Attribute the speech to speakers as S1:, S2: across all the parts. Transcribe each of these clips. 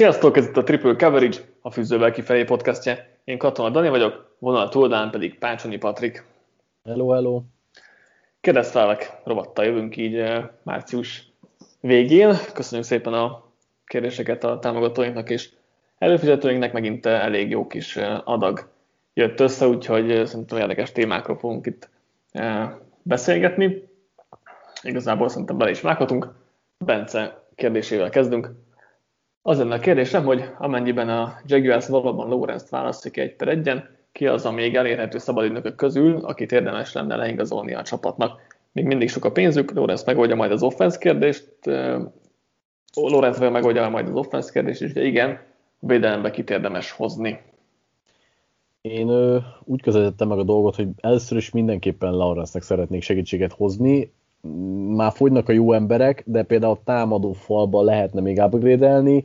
S1: Sziasztok, ez itt a Triple Coverage, a Fűzővel kifelé podcastje. Én Katona Dani vagyok, vonal túldán pedig Pácsonyi Patrik.
S2: Hello, hello!
S1: Kérdeztelek rovattal jövünk így március végén. Köszönjük szépen a kérdéseket a támogatóinknak és előfizetőinknek, megint elég jó kis adag jött össze, úgyhogy szerintem érdekes témákról fogunk itt beszélgetni. Igazából szerintem bele is vághatunk. Bence kérdésével kezdünk. Az lenne a kérdésem, hogy amennyiben a Jaguars valóban Lawrence-t választja ki 1/1, ki az a még elérhető szabadügynökök közül, akit érdemes lenne leigazolni a csapatnak. Még mindig sok a pénzük, Lawrence megoldja majd az offense kérdést, Lawrence megoldja majd az offense kérdést, és igen, védelembe kit érdemes hozni.
S2: Én úgy közelítettem meg a dolgot, hogy először is mindenképpen Lawrence-nek szeretnék segítséget hozni. Már fogynak a jó emberek, de például a támadó falba lehetne még upgrade-elni.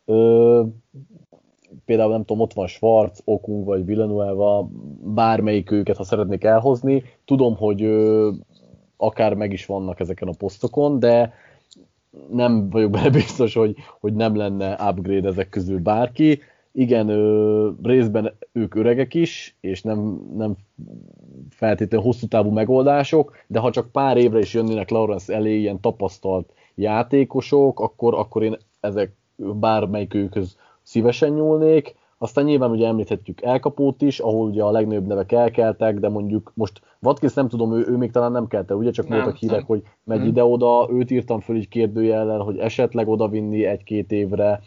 S2: Például nem tudom, ott van Schwartz, Okung vagy Villanueva, bármelyik őket, ha szeretnék elhozni. Tudom, hogy akár meg is vannak ezeken a posztokon, de nem vagyok benne biztos, hogy nem lenne upgrade ezek közül bárki. Igen, részben ők öregek is, és nem feltétlenül hosszú távú megoldások, de ha csak pár évre is jönnének Lawrence elé ilyen tapasztalt játékosok, akkor én ezek bármelyik őkhöz szívesen nyúlnék. Aztán nyilván ugye említhetjük elkapót is, ahol ugye a legnagyobb nevek elkeltek, de mondjuk most Watkins nem tudom, ő még talán nem kelte, ugye csak voltak hírek, hogy megy ide-oda, őt írtam föl így kérdőjellel, hogy esetleg odavinni 1-2 évre,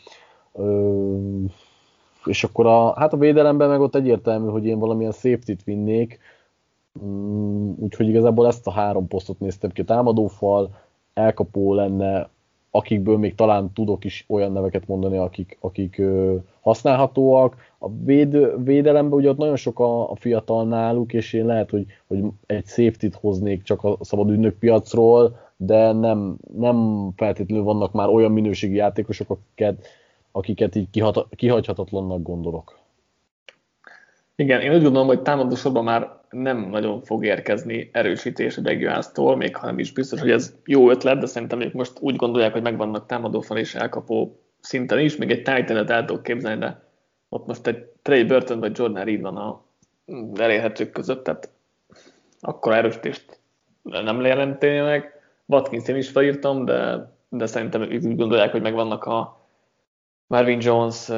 S2: és akkor a védelemben meg ott egyértelmű, hogy én valamilyen safety-t vinnék, úgyhogy igazából ezt a 3 posztot néztem ki, a támadófal, elkapó lenne, akikből még talán tudok is olyan neveket mondani, akik használhatóak. A védelemben ugye ott nagyon sok a fiatal náluk, és én lehet, hogy egy safety-t hoznék csak a szabad ügynök piacról, de nem feltétlenül vannak már olyan minőségi játékosok, akiket így kihagyhatatlannak gondolok.
S1: Igen, én úgy gondolom, hogy támadósorban már nem nagyon fog érkezni erősítés a Jaguars-tól, még ha nem is biztos, hogy ez jó ötlet, de szerintem ők most úgy gondolják, hogy megvannak támadófal és elkapó szinten is, még egy Titan-et el tudok képzelni, de ott most egy Trey Burton vagy Jordan Reed van a elérhetők között, tehát akkor erősítést nem jelentenének. Watkins én is felírtam, de szerintem ők úgy gondolják, hogy megvannak a Marvin Jones,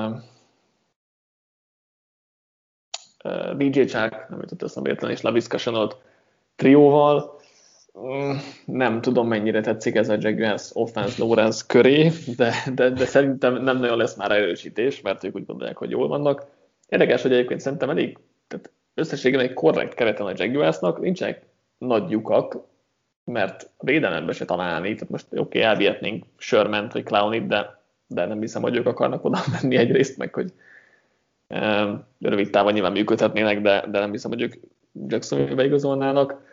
S1: DJ Chark, nem jutott eszembe érteni, és Laviska Shenault trióval. Nem tudom, mennyire tetszik ez a Jaguars offense Lawrence köré, de szerintem nem nagyon lesz már erősítés, mert ők úgy gondolják, hogy jól vannak. Érdekes, hogy egyébként szerintem elég, tehát összességében egy korrekt kereten a Jaguarsnak, nincsenek nagy lyukak, mert védelembe se találni, tehát most oké, elvihetnénk Shermant vagy Clowney-t, de nem hiszem, hogy ők akarnak oda menni egyrészt, meg hogy rövid távon nyilván működhetnének, de nem hiszem, hogy ők Jacksonville-be igazolnának.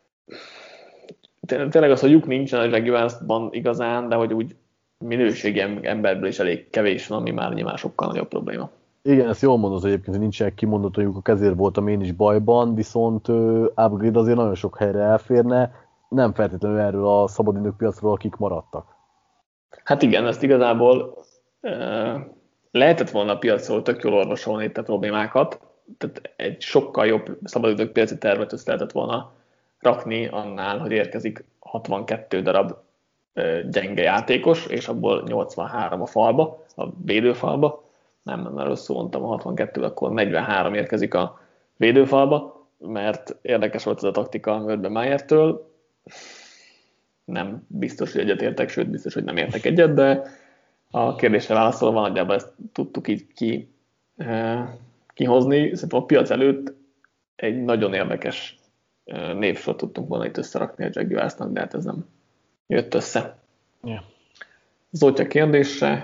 S1: Tényleg az, hogy lyuk nincsen a Jaguarsban igazán, de hogy úgy minőségi emberből is elég kevés van, ami már nyilván sokkal nagyobb probléma.
S2: Igen, ezt jól mondod egyébként, hogy nincsenek kimondott lyukak, ezért voltam én is bajban, viszont upgrade azért nagyon sok helyre elférne, nem feltétlenül erről a szabadidők piacról, akik maradtak.
S1: Hát igen, ezt igazából lehetett volna a piacról tök jól orvosolni itt a problémákat, tehát egy sokkal jobb szabadidők piaci tervet össze lehetett volna rakni annál, hogy érkezik 62 darab gyenge játékos, és abból 83 a falba, a védőfalba. Nem rosszul mondtam, a 62, akkor 43 érkezik a védőfalba, mert érdekes volt ez a taktika Urban Meyertől. Nem biztos, hogy egyetértek, sőt biztos, hogy nem értek egyet, de a kérdésre válaszolva nagyjából ezt tudtuk így kihozni. Szerintem a piac előtt egy nagyon érdekes névsort tudtunk volna itt összerakni a Jaguarsnak, de hát ez nem jött össze.
S2: Yeah.
S1: Zoltya kérdése,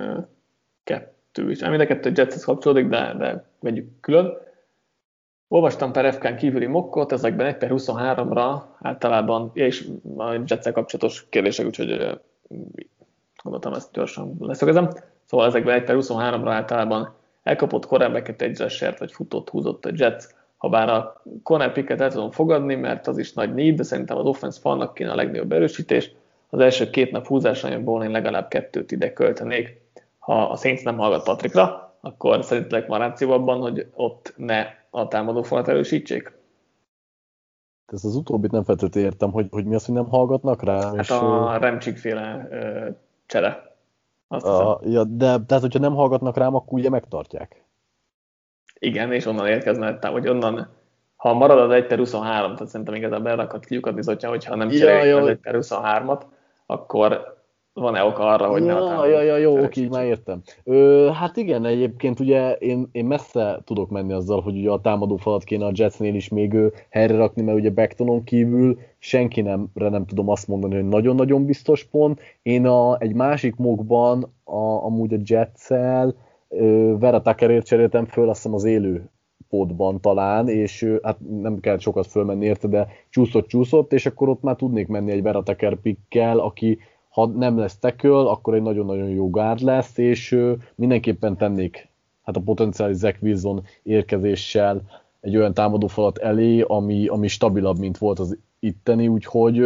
S1: 2 is. Mind a 2 Jetshez kapcsolódik, de vegyük külön. Olvastam per FK-n kívüli mokkot, ezekben 1/23-ra általában, és a Jetszel kapcsolatos kérdések, úgyhogy gondoltam, ezt gyorsan leszögezem. Szóval ezekben 1/23-ra általában elkapott cornerbacket, egy rushert vagy futót húzott a Jets, ha bár a corner picket el tudom fogadni, mert az is nagy need, de szerintem az offense falnak kéne a legnagyobb erősítés. Az első 2 nap húzásanyagból én legalább 2 ide költenék. ha a Saints nem hallgat Patrickra, akkor szerintetek van ráció abban, hogy ott ne a támadófalat erősítsék?
S2: Ez az utóbbit nem feltétlenül értem, hogy mi az, hogy nem hallgatnak rá.
S1: Hát
S2: és,
S1: a Remcsik-féle csere. Azt hiszem.
S2: ja, de tehát, hogyha nem hallgatnak rám, akkor ugye megtartják.
S1: Igen, és onnan érkezne, hogy onnan, ha marad az 1/23, tehát szerintem igazából elrakhat kiukat bizotja, hogyha nem cseréljük az 1/23-at, akkor van-e oka arra, hogy ne a
S2: jó, oké, már értem. Hát igen, egyébként ugye én messze tudok menni azzal, hogy ugye a támadófalat kéne a Jetsnél is még helyre rakni, mert ugye Bectonon kívül senki nem tudom azt mondani, hogy nagyon-nagyon biztos pont. Én egy másik mockban amúgy a Jetszel Vera Tuckerért cseréltem föl, azt hiszem az élő podban talán, és hát nem kell sokat fölmenni érte, de csúszott, és akkor ott már tudnék menni egy Vera Tucker pickkel, aki ha nem lesz tackle, akkor egy nagyon-nagyon jó guard lesz, és mindenképpen tennék hát a potenciális Zach Wilson érkezéssel egy olyan támadófalat elé, ami stabilabb, mint volt az itteni, úgyhogy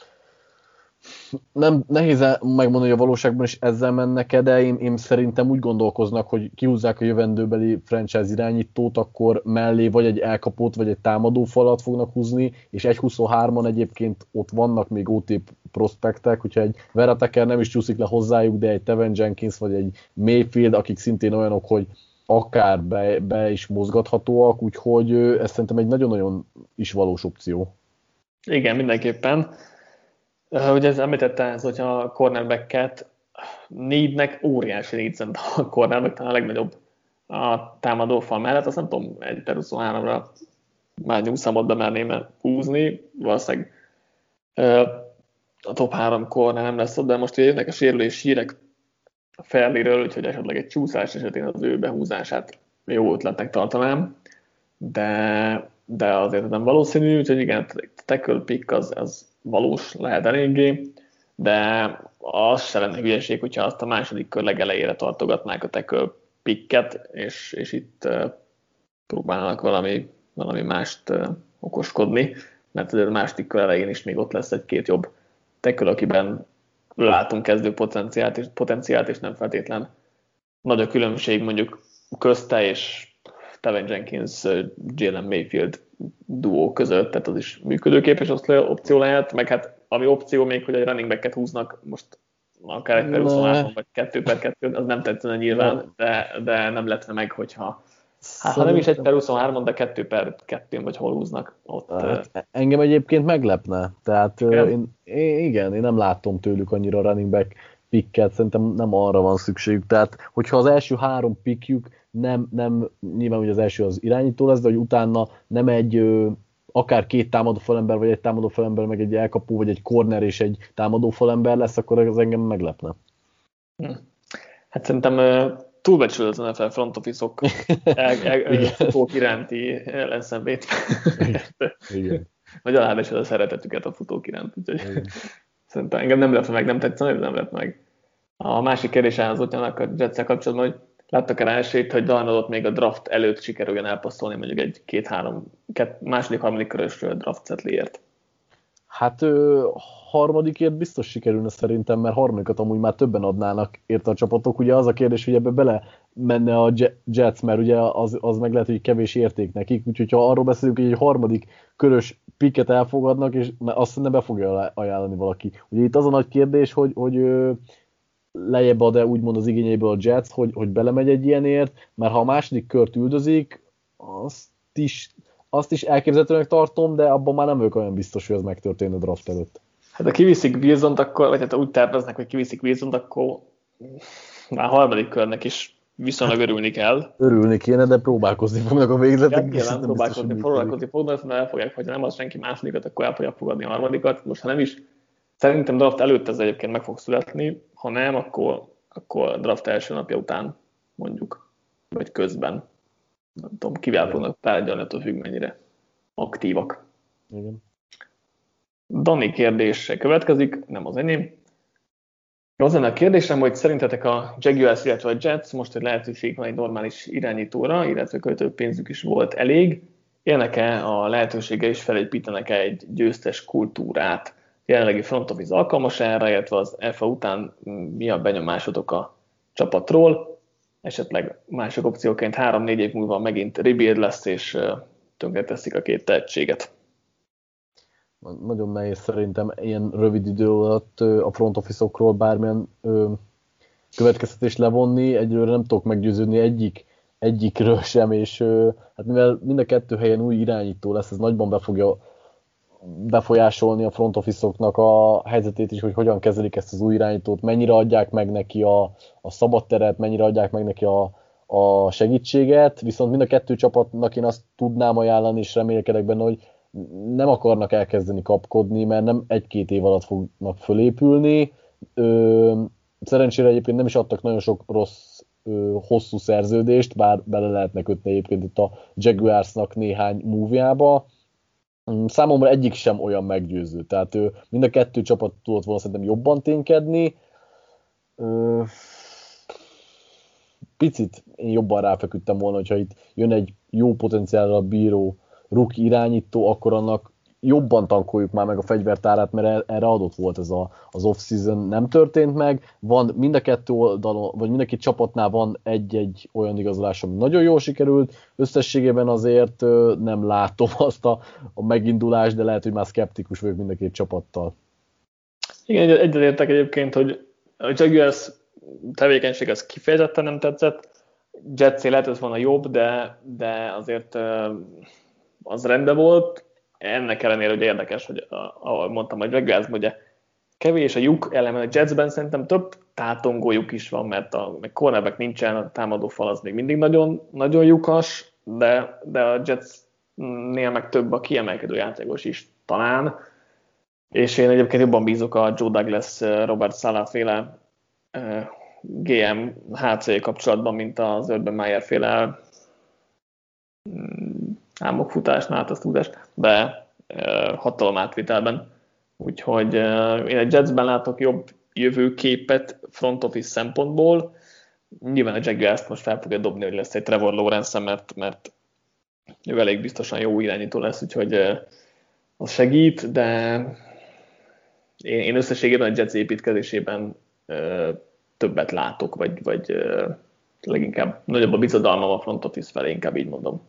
S2: nem nehéz megmondani, hogy a valóságban is ezzel mennek-e, de én szerintem úgy gondolkoznak, hogy kihúzzák a jövendőbeli franchise irányítót, akkor mellé vagy egy elkapót, vagy egy támadófalat fognak húzni, és 1.23-on egyébként ott vannak még OT prospektek, hogyha egy Vera Tucker nem is csúszik le hozzájuk, de egy Tevin Jenkins, vagy egy Mayfield, akik szintén olyanok, hogy akár be is mozgathatóak, úgyhogy ez szerintem egy nagyon-nagyon is valós opció.
S1: Igen, mindenképpen. Ugye ez említette, ez, hogyha a cornerback-et neednek óriási need, a cornerback talán a legnagyobb a támadófal mellett, azt nem tudom, 1/23-ra már nyúlszámot bemerném húzni, valószínűleg a top 3 corner nem lesz ott, de most jönnek a sérülés hírek Fairley-ről, úgyhogy esetleg egy csúszás esetén az ő behúzását jó ötletnek tartanám, de azért nem valószínű, úgyhogy igen, a tackle pick az valós lehet eléggé, de az se lenne hülyeség, hogyha azt a második kör legelejére tartogatnák a tackle picket, és itt próbálnak valami mást okoskodni, mert azért a második kör elején is még ott lesz egy-két jobb tackle, akiben látunk kezdő potenciált, és nem feltétlen nagy a különbség mondjuk közte és Tevin Jenkins, Jalen Mayfield duó között, tehát az is működőképes opció lehet, meg hát ami opció még, hogy egy running back-et húznak most akár 1/23 vagy 2/2, az nem tetszene nyilván, de nem lehetne meg, hogyha ha nem is 1/23, de 2/2 vagy hol húznak ott.
S2: Hát, engem egyébként meglepne, tehát én nem látom tőlük annyira running back picket, szerintem nem arra van szükségük, tehát hogyha az első 3 pickjük nem nyilván, hogy az első az irányító lesz, de hogy utána nem egy akár 2 támadó falember, vagy egy támadó falember, meg egy elkapó, vagy egy corner és egy támadó falember lesz, akkor ez engem meglepne.
S1: Hát szerintem túlbecsül az NFL front office-ok futók iránti ellenszenvét. Vagy alábecsül a szeretetüket a futók iránt. Úgyhogy szerintem engem nem lepne meg, nem tetszene, nem lepne meg. A másik kérdés az Ottjának a Jetszel kapcsolatban, hogy láttak el esélyt, hogy Darnoldot még a draft előtt sikerüljön elpasszolni mondjuk egy 2-3 második-harmadik körös draft setléért?
S2: Hát harmadikért biztos sikerülne szerintem, mert harmadikat amúgy már többen adnának érte a csapatok. Ugye az a kérdés, hogy ebbe bele menne a Jets, mert ugye az meg lehet, hogy kevés érték nekik, úgyhogy ha arról beszélünk, hogy egy harmadik körös picket elfogadnak, és azt ne be fogja ajánlani valaki. Ugye itt az a nagy kérdés, hogy lejjebb ad-e úgymond az igényeiből a Jets, hogy belemegy egy ilyenért, mert ha a második kört üldözik, azt is elképzelhetőnek tartom, de abban már nem vagyok olyan biztos, hogy ez megtörténne a draft előtt.
S1: Hát ha kiviszik Wilsont, akkor, vagy hát úgy terveznek, hogy kiviszik Wilsont, akkor már harmadik körnek is viszonylag örülni kell.
S2: Örülni kéne, de próbálkozni fognak a végletek.
S1: Igen, próbálkozni fognak, mert el fogják, hogyha nem az senki másodikat, akkor el fogják fogadni a harmadikat. Most ha nem is, szerintem draft előtt ez egyébként meg fog születni, ha nem, akkor draft első napja után mondjuk, vagy közben. Nem tudom, kivel fognak tárgyalni, attól függ, mennyire aktívak.
S2: Igen.
S1: Dani kérdése következik, nem az enyém. Az lenne a kérdésem, hogy szerintetek a Jaguars, illetve a Jets most egy lehetőség van egy normális irányítóra, illetve költőpénzük is volt elég. Élnek-e a lehetősége és felépítenek-e egy győztes kultúrát? Jelenlegi front office alkalmas erre, illetve az FA után mi a benyomásotok a csapatról, esetleg mások opcióként 3-4 év múlva megint rebuild lesz, és tönkreteszik a két tehetséget.
S2: Nagyon nehéz szerintem ilyen rövid idő alatt a front office-okról bármilyen következtetést levonni. Egyelőre nem tudok meggyőződni egyikről sem, és hát mivel mind a kettő helyen új irányító lesz, ez nagyban be fogja befolyásolni a front office-oknak a helyzetét is, hogy hogyan kezelik ezt az új irányítót, mennyire adják meg neki a szabad teret, mennyire adják meg neki a segítséget, viszont mind a kettő csapatnak én azt tudnám ajánlani, és remélkedek benne, hogy nem akarnak elkezdeni kapkodni, mert nem 1-2 év alatt fognak fölépülni. Szerencsére egyébként nem is adtak nagyon sok rossz, hosszú szerződést, bár bele lehetne kötni egyébként itt a Jaguarsnak néhány move-jába. Számomra egyik sem olyan meggyőző, tehát mind a kettő csapat tudott volna szerintem jobban ténykedni. Picit én jobban ráfeküdtem volna, hogyha itt jön egy jó potenciállal bíró rookie irányító, akkor annak jobban tankoljuk már meg a fegyvertárát, mert erre adott volt ez az off-season, nem történt meg. Van mind a kettő oldalon, vagy mind a két csapatnál van egy-egy olyan igazolás, ami nagyon jól sikerült. Összességében azért nem látom azt a megindulást, de lehet, hogy már szkeptikus vagyok mind a két csapattal.
S1: Igen, egyetértek egyébként, hogy a Jaguars tevékenység az kifejezetten nem tetszett. Jetsé lehetett volna jobb, de azért az rendben volt. Ennek ellenére, hogy érdekes, hogy ahogy mondtam, hogy Jaguarsban ugye kevés a lyuk ellenben a Jetsben szerintem több tátongó lyuk is van, mert a cornerback nincsen, a támadófal az még mindig nagyon, nagyon lyukas, de a Jetsnél meg több a kiemelkedő játékos is talán, és én egyébként jobban bízok a Joe Douglas, Robert Saleh féle GM HC kapcsolatban, mint az Urban Meyer féle álmokfutásnál, hát azt tudás, de hatalomátvételben. Úgyhogy én egy Jetsben látok jobb jövőképet front office szempontból. Nyilván a Jaguars most fel fogja dobni, hogy lesz egy Trevor Lawrence, mert ő elég biztosan jó irányító lesz, úgyhogy az segít, de én összességében a Jets építkezésében többet látok, vagy leginkább nagyobb a bizodalmam a front office felé, inkább így mondom.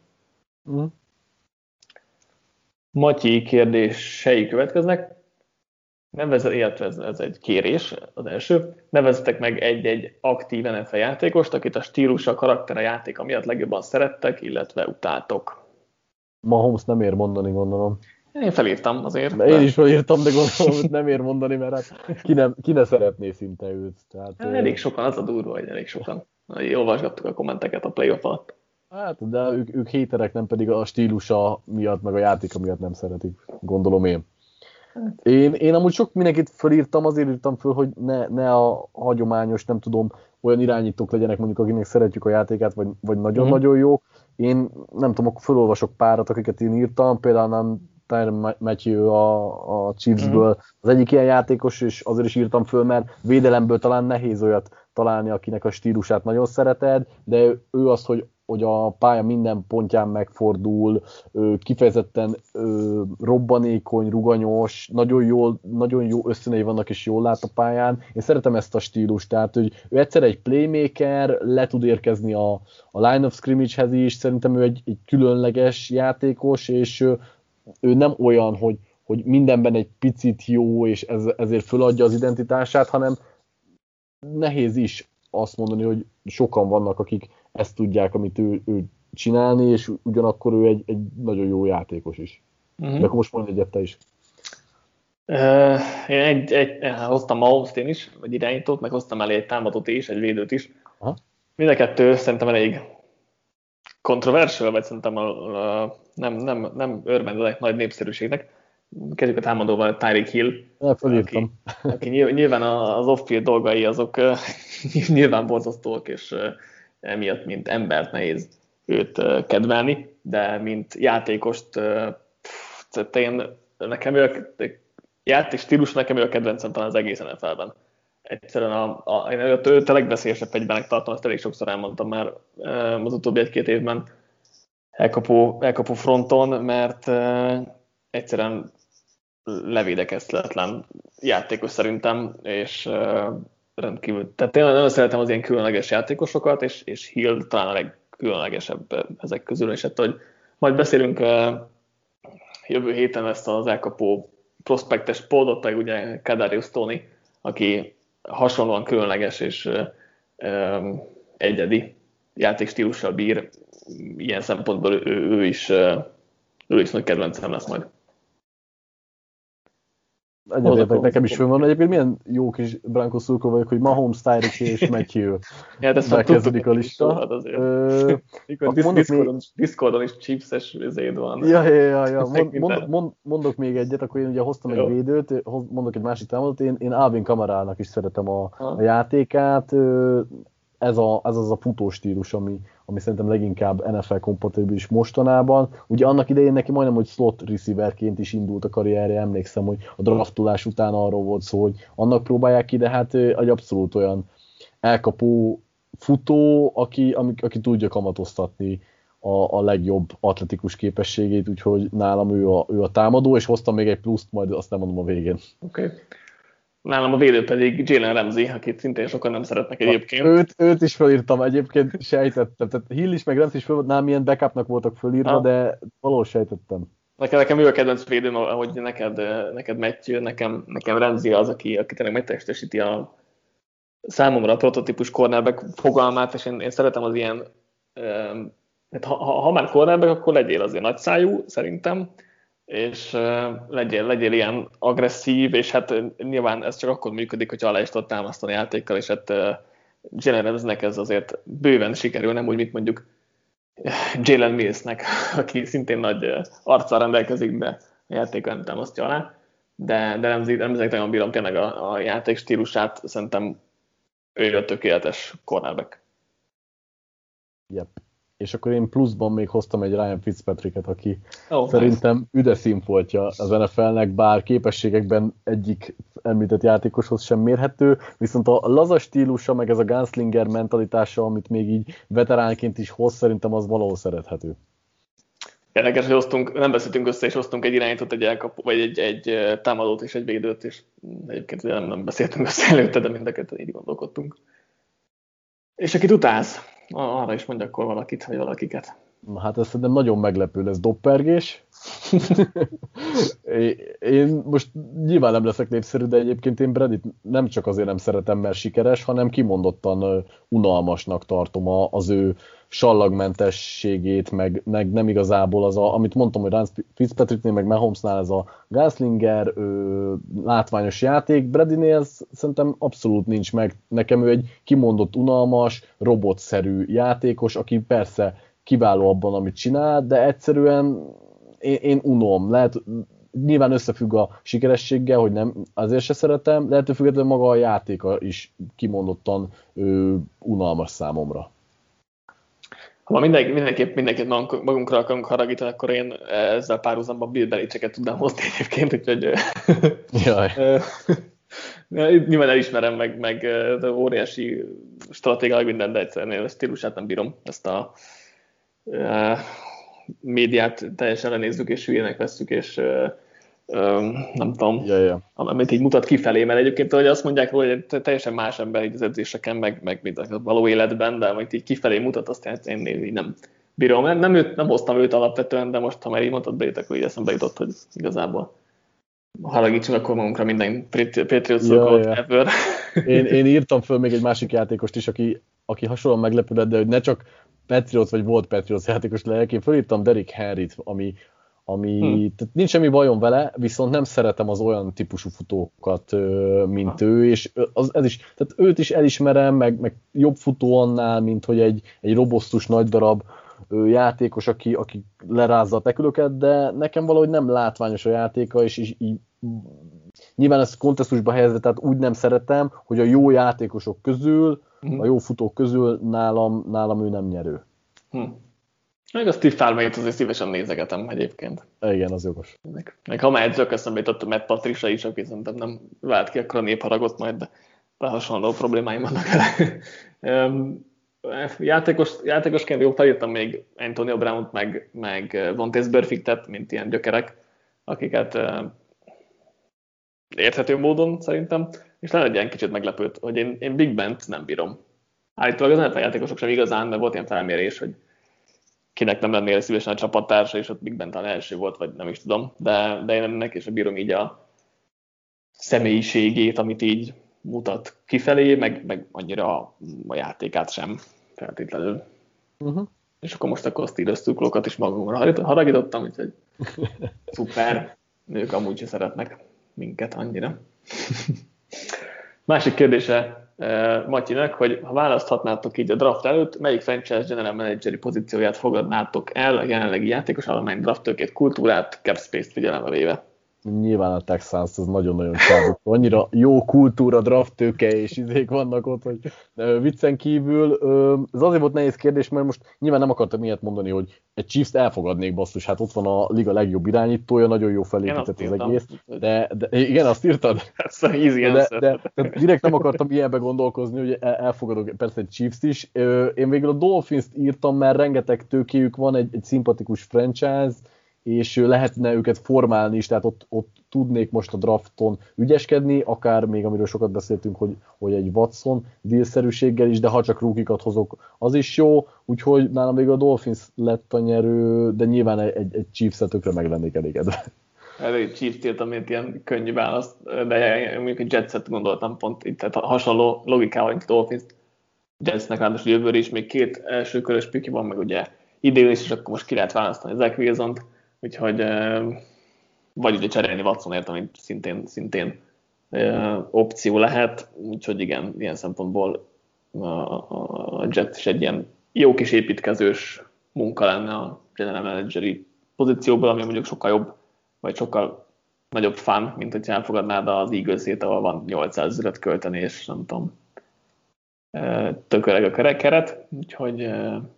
S1: Matyi kérdései következnek. Illetve ez egy kérés, az első. Nevezzetek meg egy aktív NFL játékost, akit a stílusa, karaktere, játéka miatt legjobban szerettek, illetve utáltok.
S2: Mahomes nem ér mondani, gondolom.
S1: Én felírtam azért.
S2: Én is felírtam, de gondolom, hogy nem ér mondani, mert hát ki ne szeretné szinte őt. Tehát,
S1: elég sokan, az a durva, hogy elég sokan. Olvasgattuk a kommenteket a playoff alatt.
S2: Hát, de ők héterek, nem pedig a stílusa miatt, meg a játéka miatt nem szeretik, gondolom én. Én amúgy sok mindenkit felírtam, azért írtam föl, hogy ne a hagyományos, nem tudom, olyan irányítók legyenek, mondjuk akinek szeretjük a játékát, vagy nagyon-nagyon jók. Én nem tudom, felolvasok párat, akiket én írtam, például Tyrann Mathieu a Chiefsből az egyik ilyen játékos, és azért is írtam föl, mert védelemből talán nehéz olyat találni, akinek a stílusát nagyon szereted, de ő az, hogy a pálya minden pontján megfordul, kifejezetten robbanékony, ruganyos, nagyon jó összönei vannak, és jól lát a pályán. Én szeretem ezt a stílust, tehát hogy ő egyszer egy playmaker, le tud érkezni a line of scrimmage-hez is, szerintem ő egy különleges játékos, és ő nem olyan, hogy mindenben egy picit jó, és ezért föladja az identitását, hanem nehéz is azt mondani, hogy sokan vannak, akik ezt tudják, amit ő csinálni, és ugyanakkor ő egy nagyon jó játékos is. De akkor most mondj egyet te is.
S1: Én hoztam Mahomes-t én is, vagy irányítót, meg hoztam elé egy támadót is, egy védőt is.
S2: Aha.
S1: Mind a kettő szerintem elég kontroversiál, vagy szerintem nem örvendek nagy népszerűségnek. Kezdjük a támadóval, Tyreek Hill, aki nyilván az off-field dolgai azok nyilván borzasztóak, és emiatt mint embert nehéz őt kedvelni, de mint játékost nekem játék stílus nekem ő a kedvencem talán az egész NFL-ben. Egyszerűen én őt a legveszélyesebb fegyvernek tartom, ezt elég sokszor elmondtam már az utóbbi 1-2 évben elkapó fronton, mert egyszerűen levédekezhetetlen játékos szerintem, és rendkívül. Tehát én nagyon szeretem az ilyen különleges játékosokat, és Hill talán a legkülönlegesebb ezek közül, és hát, hogy majd beszélünk jövő héten ezt az elkapó prospektes pódot, meg ugye Kadarius Toney, aki hasonlóan különleges és egyedi játékstílussal bír, ilyen szempontból ő is nagy kedvencem lesz majd.
S2: Egyébként nekem is van. Egyébként milyen jó kis Broncos szurkoló vagyok, hogy Mahomes, Tyreek és Matthew bekezdődik a lista.
S1: Discordon is Chiefs-es zéd van.
S2: Ja. Mondok még egyet, akkor én ugye hoztam egy védőt, mondok egy másik támadót. Én Alvin Kamarának is szeretem a játékát. Ez az a futóstílus, ami szerintem leginkább NFL-kompatibilis mostanában. Ugye annak idején neki majdnem, hogy slot receiverként is indult a karrierje, emlékszem, hogy a draftolás után arról volt szó, hogy annak próbálják ki, de hát egy abszolút olyan elkapó futó, aki tudja kamatoztatni a legjobb atletikus képességét, úgyhogy nálam ő a támadó, és hoztam még egy pluszt, majd azt nem mondom a végén.
S1: Okay. Nálam a védő pedig Jalen Ramsey, akit szintén sokan nem szeretnek egyébként.
S2: Őt is felírtam, egyébként sejtettem. Tehát Hill is, meg Ramsey is föl, nálam ilyen backupnak voltak fölírva, de valahol sejtettem.
S1: Nekem ő a kedvenc védőm, ahogy neked Matthew, nekem Ramsey az, aki tényleg megtestesíti a számomra a prototípus cornerback fogalmát, és én szeretem az ilyen, ha már cornerback, akkor legyél azért nagyszájú, szerintem, és legyél ilyen agresszív, és hát nyilván ez csak akkor működik, hogyha alá is tudod támasztani játékkal, és hát Jalen Ramseynek ez azért bőven sikerül, nem úgy, mint mondjuk Jalen Millsnek, aki szintén nagy arccal rendelkezik, de a játékkal nem támasztja alá, de Ramseynek nagyon bírom tényleg a játék stílusát, szerintem ő a tökéletes cornerback.
S2: Yep. És akkor én pluszban még hoztam egy Ryan Fitzpatricket, aki szerintem üde színfoltja az NFL-nek, bár képességekben egyik említett játékoshoz sem mérhető, viszont a laza stílusa, meg ez a gunslinger mentalitása, amit még így veteránként is hoz, szerintem az valahol szerethető.
S1: Érdekes, hogy nem beszéltünk össze, és hoztunk egy irányítót, egy elkapó, vagy egy támadót és egy védőt, és egyébként ugye nem beszéltünk össze előtte, de mindeket így gondolkodtunk. És akit utálsz? Arra is mondja akkor valakit, vagy valakiket.
S2: Na hát ez szerintem nagyon meglepő lesz, doppergés. Én most nyilván nem leszek népszerű, de egyébként én Bradit nem csak azért nem szeretem, mert sikeres, hanem kimondottan unalmasnak tartom az ő sallagmentességét, meg nem igazából az, amit mondtam, hogy Ryan Fitzpatricknél, meg Mahomesnál ez a Gunslinger látványos játék. Bradynél szerintem abszolút nincs meg. Nekem ő egy kimondott unalmas, robotszerű játékos, aki persze kiváló abban, amit csinál, de egyszerűen én unom. Lehet, nyilván összefügg a sikerességgel, hogy nem, azért se szeretem, de ettől függetlenül maga a játéka is kimondottan unalmas számomra.
S1: Ha mindenképp magunkra akarunk haragítani, akkor én ezzel párhuzamban Bill Belichicket tudnám hozni egyébként, úgyhogy nyilván elismerem, meg óriási stratégiai minden, de egyszerűen a stílusát nem bírom, ezt a médiát teljesen lenézzük, és hülyének vesszük, és nem tudom, amit így mutat kifelé, mert egyébként, hogy azt mondják róla, hogy teljesen más ember így az edzéseken, meg mint a való életben, de amit így kifelé mutat, azt én így nem bírom. Nem hoztam őt alapvetően, de most, ha már így mondtad be, akkor így eszembe jutott, hogy igazából haragítsunk akkor magunkra minden Patriots szurkolót ever.
S2: Én írtam föl még egy másik játékost is, aki hasonlóan meglepődött, de hogy ne csak Patriots vagy volt Patriots játékos legyek, én fölírtam Derrick Henryt, ami tehát nincs semmi bajom vele, viszont nem szeretem az olyan típusú futókat, mint ő, és ez is, tehát őt is elismerem, meg jobb futó annál, mint hogy egy robosztus nagy darab játékos, aki lerázza a tekülöket, de nekem valahogy nem látványos a játéka, és így nyilván ezt kontextusba helyezve, tehát úgy nem szeretem, hogy a jó játékosok közül, a jó futók közül nálam ő nem nyerő.
S1: Meg a Steve Farmert azért szívesen nézegetem egyébként.
S2: Igen, az jogos.
S1: Meg ha már edzők eszembe jutott a Matt Patricia is, aki szerintem nem vált ki akkor a népharagot, majd de hasonló problémáim vannak vele. Játékosként jó, felírtam még Antonio Brown-t, meg Vontaze Burfictet, mint ilyen gyökerek, akiket érthető módon szerintem és lenne egy ilyen kicsit meglepőt, hogy én Big Bent nem bírom. Állítólag az NFL játékosok sem igazán, mert volt ilyen felmérés, hogy kinek nem lennél szívesen a csapattársa, és ott Big Ben talán első volt, vagy nem is tudom, de én neki sem bírom így a személyiségét, amit így mutat kifelé, meg annyira a játékát sem feltétlenül. Uh-huh. És akkor most a Steelers cuklókat is magunkra haragítottam, úgyhogy szuper, ők amúgy sem szeretnek minket annyira. Másik kérdése Matyinak, hogy ha választhatnátok így a draft előtt, melyik franchise general manageri pozícióját fogadnátok el a jelenlegi játékos állomány drafttőkét, kultúrát, cap space-t figyelembe véve?
S2: Nyilván a Texans az nagyon-nagyon csábuk. Annyira jó kultúra, drafttőke és izék vannak ott, hogy viccen kívül. Ez azért volt nehéz kérdés, mert most nyilván nem akartam ilyet mondani, hogy egy Chiefs-t elfogadnék, basszus, hát ott van a liga legjobb irányítója, nagyon jó felépített az egész. De igen, azt írtad? De direkt nem akartam ilyenbe gondolkozni, hogy elfogadok persze egy Chiefs-t is. Én végül a Dolphins-t írtam, mert rengeteg tőkéjük van, egy szimpatikus franchise, és lehetne őket formálni is, tehát ott tudnék most a drafton ügyeskedni, akár még amiről sokat beszéltünk, hogy egy Watson dealszerűséggel is, de ha csak rookikat hozok, az is jó, úgyhogy nálam még a Dolphins lett a nyerő, de nyilván egy Chiefs-et tökre meg lennék elégedve.
S1: Egy Chiefs-t írtam, mint ilyen könnyű választ, de mondjuk egy Jetset gondoltam pont itt, tehát hasonló logikával, mint a Dolphins. Jetsnek ráadásul jövőre is még 2 első körös pikje van, meg ugye idén is, és akkor most ki lehet választani Zach Wilsont, úgyhogy vagy ugye cserélni Watsonért, amit szintén opció lehet, úgyhogy igen, ilyen szempontból a Jets is egy ilyen jó kis építkezős munka lenne a general manageri pozícióból, ami mondjuk sokkal jobb, vagy sokkal nagyobb fun, mint hogyha elfogadnád az Eagles-ét, ahol van 800 000 költeni, és nem tudom, tök öreg a keret, úgyhogy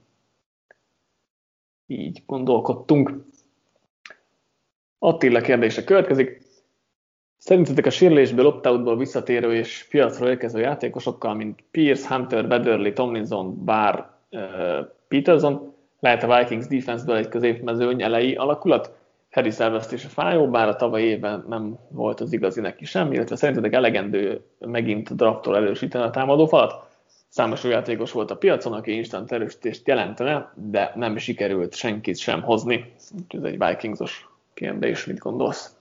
S1: így gondolkodtunk. Attila kérdése következik. Szerintetek a sérülésből, opt-outból visszatérő és piacról érkező játékosokkal, mint Pierce, Hunter, Badderly, Tomlinson, Barr, Peterson, lehet a Vikings defense-ből egy középmezőny elejé alakulat? Harris elvesztése fájó, bár a tavalyi évben nem volt az igazi neki sem, illetve szerintetek elegendő megint a drafttól erősíteni a támadófalat? Számos játékos volt a piacon, aki instant erősítést jelentene, de nem sikerült senkit sem hozni. Ez egy Vikingos kérdés, mit gondolsz?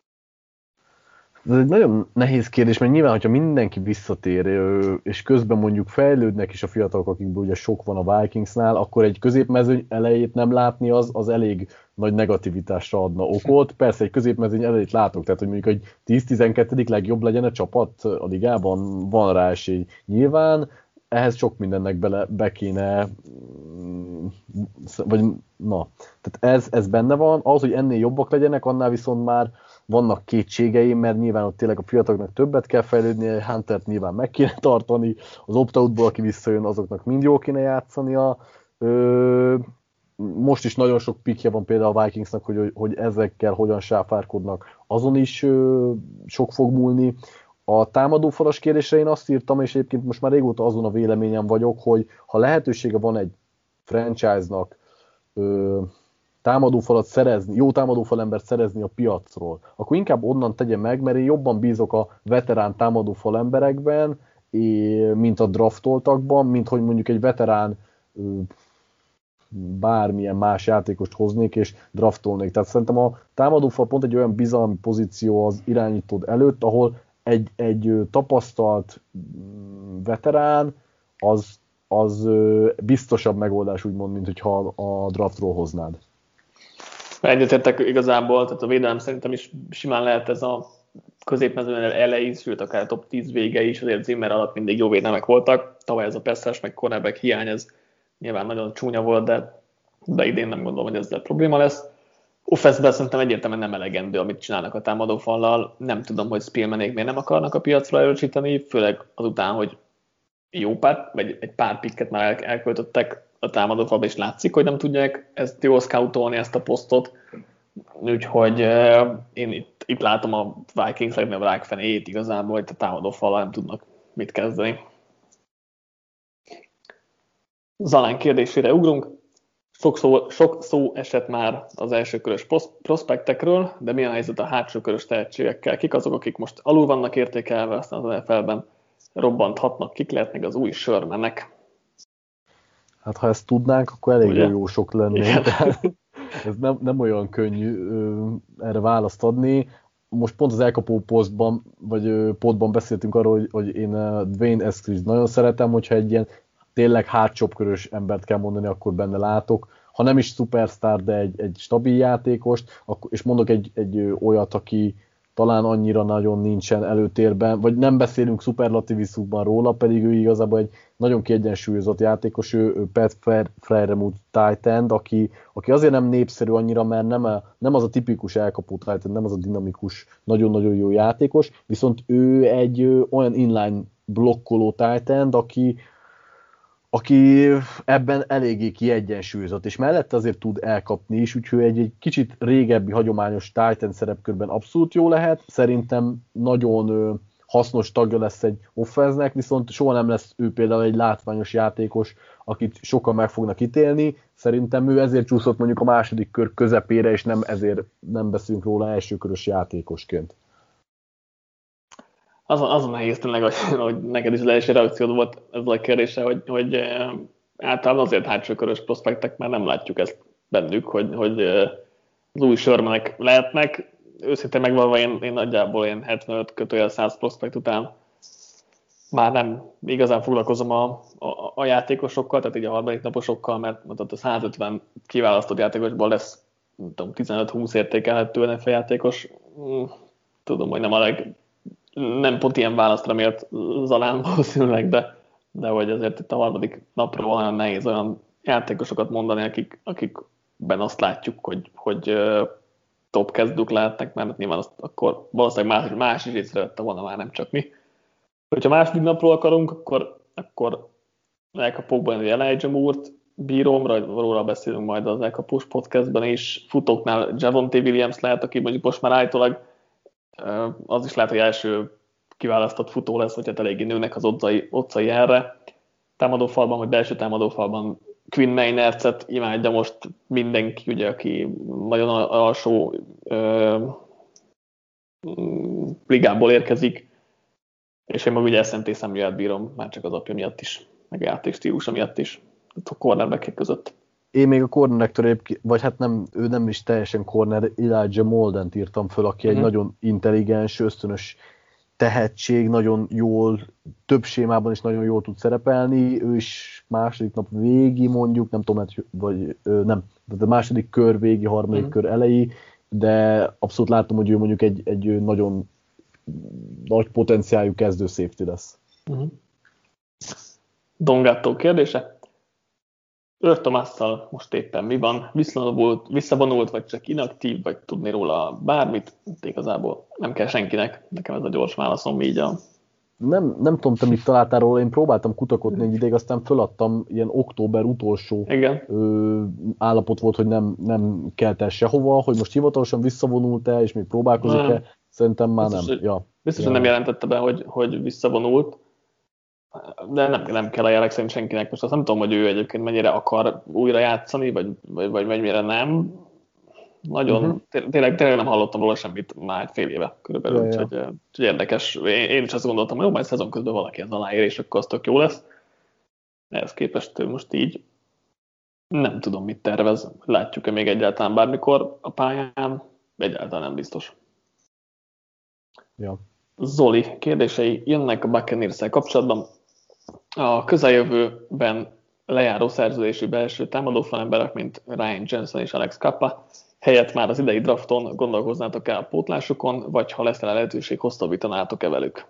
S2: Ez egy nagyon nehéz kérdés, mert nyilván, hogyha mindenki visszatér, és közben mondjuk fejlődnek is a fiatalok, akikből ugye sok van a Vikingsnál, akkor egy középmezőny elejét nem látni, az elég nagy negativitásra adna okot. Persze egy középmezőny elejét látok, tehát hogy mondjuk egy 10-12. legjobb legyen a csapat a ligában, van rá esély nyilván, ehhez sok mindennek be kéne, vagy na, tehát ez benne van, az, hogy ennél jobbak legyenek, annál viszont már vannak kétségeim, mert nyilván ott tényleg a fiataloknak többet kell fejlődni, Huntert nyilván meg kéne tartani, az opt-outból, aki visszajön, azoknak mind jól kéne játszania. Most is nagyon sok pikje van például a Vikingsnak, hogy ezekkel hogyan sáfárkodnak, azon is sok fog múlni. A támadófalas kérdésre én azt írtam, és egyébként most már régóta azon a véleményem vagyok, hogy ha lehetősége van egy franchise-nak támadófalat szerezni, jó támadófalembert szerezni a piacról, akkor inkább onnan tegye meg, mert én jobban bízok a veterán támadófalemberekben, mint a draftoltakban, mint hogy mondjuk egy veterán bármilyen más játékost hoznék és draftolnék. Tehát szerintem a támadófal pont egy olyan bizalmi pozíció az irányítód előtt, ahol egy tapasztalt veterán az biztosabb megoldás, úgymond, mint hogyha a draftról hoznád.
S1: Egyetértek igazából, tehát a védelem szerintem is simán lehet ez a középmezőn elejé, sőt akár top 10 vége is, azért Zimmer alatt mindig jó védelmek voltak. Tavaly ez a passzás, meg cornerback hiány, ez nyilván nagyon csúnya volt, de idén nem gondolom, hogy ezzel probléma lesz. Offense-ben szerintem egyértelműen nem elegendő, amit csinálnak a támadófallal. Nem tudom, hogy Spielmanék miért nem akarnak a piacra erősíteni, főleg azután, hogy jó pár, vagy egy pár pikket már elköltöttek a támadófalba, és látszik, hogy nem tudják ezt jól scoutolni, ezt a posztot. Úgyhogy én itt látom a Vikings legnagyobb rákfenéjét igazából, hogy a támadófallal nem tudnak mit kezdeni. Zalán kérdésére ugrunk. Sok szó esett már az elsőkörös prospektekről, de mi a helyzet a hátsókörös tehetségekkel? Kik azok, akik most alul vannak értékelve, aztán az NFL-ben robbanthatnak, kik lehetnek az új Shermanek?
S2: Hát ha ezt tudnánk, akkor elég jó sok lennénk. Ez nem olyan könnyű erre választ adni. Most pont az elkapó podban beszéltünk arról, hogy én Dwayne Eskridge nagyon szeretem, hogyha egy ilyen tényleg hátcsopkörös embert kell mondani, akkor benne látok. Ha nem is szupersztár, de egy stabil játékost, és mondok egy olyat, aki talán annyira nagyon nincsen előtérben, vagy nem beszélünk szuperlativiszukban róla, pedig ő igazából egy nagyon kiegyensúlyozott játékos, ő Pat Freiermuth tight end, aki azért nem népszerű annyira, mert nem az a tipikus elkapó tight end, nem az a dinamikus, nagyon-nagyon jó játékos, viszont ő egy olyan inline blokkoló tight end, aki ebben eléggé kiegyensúlyozott, és mellette azért tud elkapni is, úgyhogy egy kicsit régebbi, hagyományos tight end szerepkörben abszolút jó lehet. Szerintem nagyon hasznos tagja lesz egy offense-nek, viszont soha nem lesz ő például egy látványos játékos, akit sokan meg fognak ítélni. Szerintem ő ezért csúszott mondjuk a második kör közepére, és ezért nem beszélünk róla elsőkörös játékosként.
S1: Azon nehéz tényleg, hogy neked is az első reakciód volt ezzel a kérdéssel, hogy általában azért hátsókörös prospektek, már nem látjuk ezt bennük, hogy az új Shermanek lehetnek. Őszintén megvalva én nagyjából 75-100 prospekt után már nem igazán foglalkozom a játékosokkal, tehát így a harmadik naposokkal, mert a 150 kiválasztott játékosból lesz 15-20 értékelhető NFL játékos. Tudom, hogy nem pont ilyen választ remélt Zalán valószínűleg, de hogy azért itt a harmadik napról olyan nehéz olyan játékosokat mondani, akikben azt látjuk, hogy top kezdők lehetnek, mert nyilván azt akkor valószínűleg más is észrevette volna, már nem csak mi. Hogyha második napról akarunk, akkor elkapókban Elijah Moore-t bírom, róla beszélünk majd az elkapós podcastben is, futóknál Javonte Williams lehet, aki mondjuk most már állítólag az is lehet, hogy első kiválasztott futó lesz, hogy hát eléggé nőnek az otcai erre. Támadófalban, vagy belső támadófalban Quinn Meinertset imádja most mindenki, ugye, aki nagyon alsó ligából érkezik, és én meg ugye SNT Samuelt bírom, már csak az apja miatt is, meg a játék stílusa miatt is, a cornerback között.
S2: Én még a cornerektől, vagy hát ő nem is teljesen corner, Elijah Moldent írtam föl, aki egy nagyon intelligens, ösztönös tehetség, nagyon jól, több sémában is nagyon jól tud szerepelni, ő is második nap végi mondjuk, nem tudom, vagy nem, de második kör végi, harmadik kör elejé, de abszolút látom, hogy ő mondjuk egy nagyon nagy potenciáljú kezdő safety lesz.
S1: Dongattó kérdése? Earl Thomasszal most éppen mi van? Visszavonult, vagy csak inaktív, vagy tudni róla bármit? Igazából nem kell senkinek. Nekem ez a gyors válaszom így a...
S2: Nem tudom, te mit találtál róla, én próbáltam kutakodni egy ideig, aztán föladtam, ilyen október utolsó állapot volt, hogy nem kelt el sehova, hogy most hivatalosan visszavonult-e, és még próbálkozik-e, szerintem már nem.
S1: Biztosan nem jelentette be, hogy visszavonult, de nem kell a jelek szerint senkinek. Most azt nem tudom, hogy ő egyébként mennyire akar újra játszani, vagy mennyire nem. Nagyon, tényleg nem hallottam róla semmit már fél éve körülbelül, úgyhogy érdekes. Én is azt gondoltam, hogy jó, majd szezon közben valaki az aláér, és akkor az tök jó lesz. Ehhez képest most így nem tudom, mit tervez. Látjuk-e még egyáltalán bármikor a pályán? Egyáltalán nem biztos.
S2: Ja.
S1: Zoli kérdései jönnek a Buccaneers-szel kapcsolatban. A közeljövőben lejáró szerződésű belső támadófalemberek, mint Ryan Jensen és Alex Kappa, helyett már az idei drafton gondolkoznátok el a pótlásukon, vagy ha lesz rá lehetőség, hosszabbítanátok-e velük?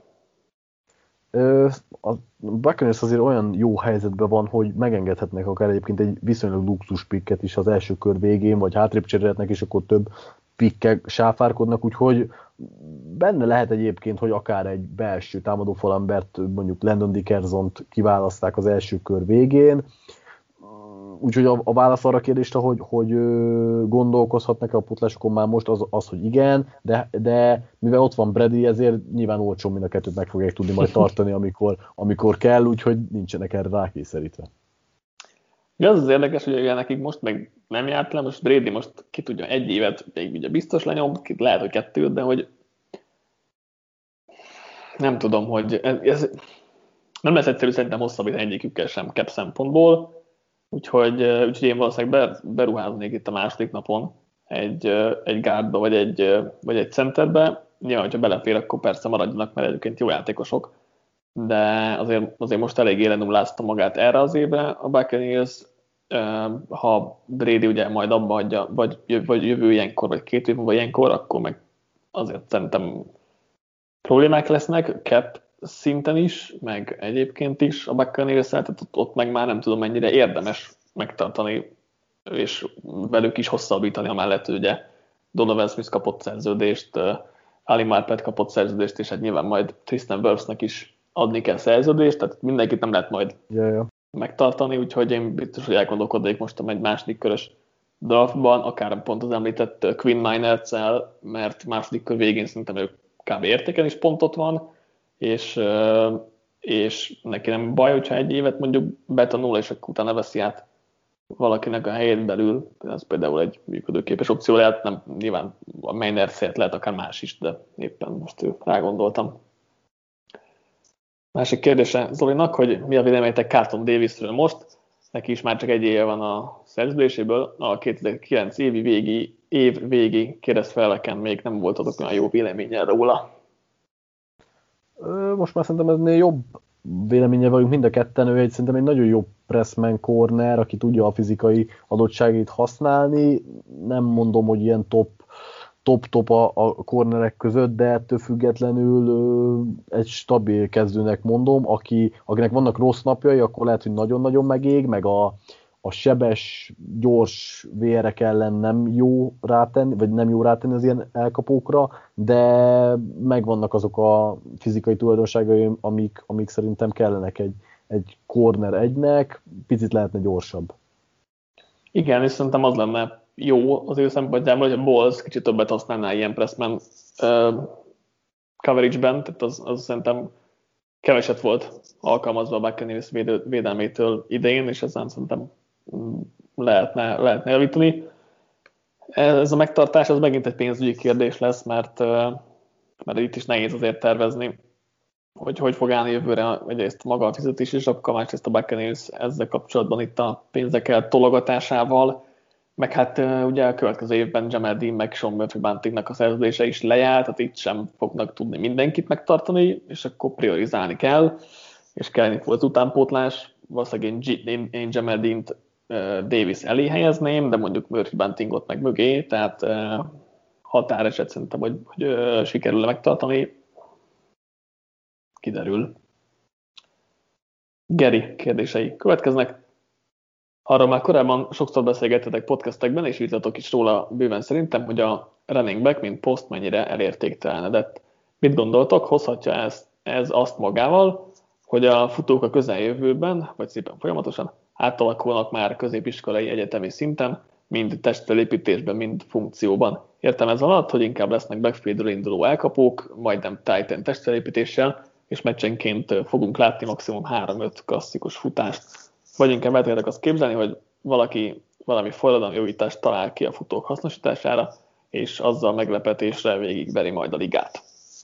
S2: A Buccaneers azért olyan jó helyzetben van, hogy megengedhetnek akár egyébként egy viszonylag luxus picket is az első kör végén, vagy hátrébb cserélhetnek, és akkor több pikkek sáfárkodnak, úgyhogy benne lehet egyébként, hogy akár egy belső támadófalembert, mondjuk Landon Dickersont kiválaszták az első kör végén. Úgyhogy a válasz arra a kérdésre, hogy gondolkozhatnak-e a pótlásokon már most, az, hogy igen, de mivel ott van Brady, ezért nyilván olcsón mind a kettőt meg fogják tudni majd tartani, amikor kell, úgyhogy nincsenek erre rákényszerítve.
S1: Ugye az érdekes, hogy ugye nekik most meg nem járt le, most Brady most ki tudja, 1 évet még ugye biztos lenyom, lehet, hogy 2, de hogy nem tudom, hogy ez nem lesz egyszerű szerintem hosszabbítani egyikükkel sem cap szempontból, úgyhogy én valószínűleg beruháznék itt a második napon egy guardba, vagy egy centerbe. Nyilván, hogyha belefér, akkor persze maradjanak, mert egyébként jó játékosok, de azért most elég élenullázta magát erre az évre a Buccaneers. Ha Brady ugye majd abba hagyja, vagy jövő ilyenkor, vagy 2 év múlva ilyenkor, akkor meg azért szerintem problémák lesznek cap szinten is, meg egyébként is a Buccaneers-el, tehát ott meg már nem tudom mennyire érdemes megtartani, és velük is hosszabbítani, amellett, hogy ugye Donovan Smith kapott szerződést, Ali Marpet kapott szerződést, és hát nyilván majd Tristan Wirfsnek is adni kell szerződést, tehát mindenkit nem lehet majd megtartani, úgyhogy én biztos, hogy elgondolkodnék most egy második körös draftban, akár pont az említett Quinn Meinerz-el, mert második kör végén szerintem ők kb. Értéken is pontot van, és neki nem baj, hogyha 1 évet mondjuk betanul, és akkor utána veszi át valakinek a helyén belül, ez például egy működőképes opció lehet, nem nyilván a Meinerz helyett lehet akár más is, de éppen most rágondoltam. Másik kérdése Zolinak, hogy mi a véleményetek Carlton Davisről most, neki is már csak 1 éve van a szerződéséből, a 2009 év végi keresztfeleken még nem voltatok olyan jó véleménye róla.
S2: Most már szerintem ennél jobb véleménye vagyunk mind a ketten, ő szerintem egy nagyon jó pressman corner, aki tudja a fizikai adottságait használni, nem mondom, hogy ilyen top a cornerek között, de ettől függetlenül egy stabil kezdőnek mondom, akinek vannak rossz napjai, akkor lehet, hogy nagyon-nagyon megég, meg a sebes, gyors VR-ek ellen nem jó rátenni az ilyen elkapókra, de megvannak azok a fizikai tulajdonságai, amik szerintem kellenek egy corner egynek, picit lehetne gyorsabb.
S1: Igen, és szerintem az lenne jó az ő szempontjából, hogy a Bulls kicsit többet használná ilyen pressman coverage-ben, tehát az szerintem keveset volt alkalmazva a Buccaneers védelmétől idején, és ezen szerintem lehetne javítani. Ez a megtartás az megint egy pénzügyi kérdés lesz, mert itt is nehéz azért tervezni, hogy fog állni jövőre egyrészt maga a fizetési zsapka, másrészt a Buccaneers ezzel kapcsolatban itt a pénzek eltologatásával, meg hát ugye a következő évben Jamel Dean meg Sean Murphy-Buntingnak a szerződése is lejárt, tehát itt sem fognak tudni mindenkit megtartani, és akkor priorizálni kell, és kelleni fog az utánpótlás. Valószínűleg én Jamel Dean-t Davis elé helyezném, de mondjuk Murphy-Buntingot meg mögé, tehát határeset szerintem, hogy sikerül megtartani, kiderül. Geri kérdései következnek. Arról már korábban sokszor beszélgettetek podcastekben, és írtatok is róla bőven szerintem, hogy a running back, mint poszt mennyire elértéktelenedett. Mit gondoltok, hozhatja ez azt magával, hogy a futók a közeljövőben, vagy szépen folyamatosan átalakulnak már középiskolai egyetemi szinten, mind testfelépítésben, mind funkcióban. Értem ez alatt, hogy inkább lesznek backfieldről induló elkapók, majdnem tight end testfelépítéssel, és meccsenként fogunk látni maximum 3-5 klasszikus futást. Vagy inkább el tudjátok azt képzelni, hogy valaki valami forradalmi újítást talál ki a futók hasznosítására, és azzal meglepetésre végigveri majd a ligát.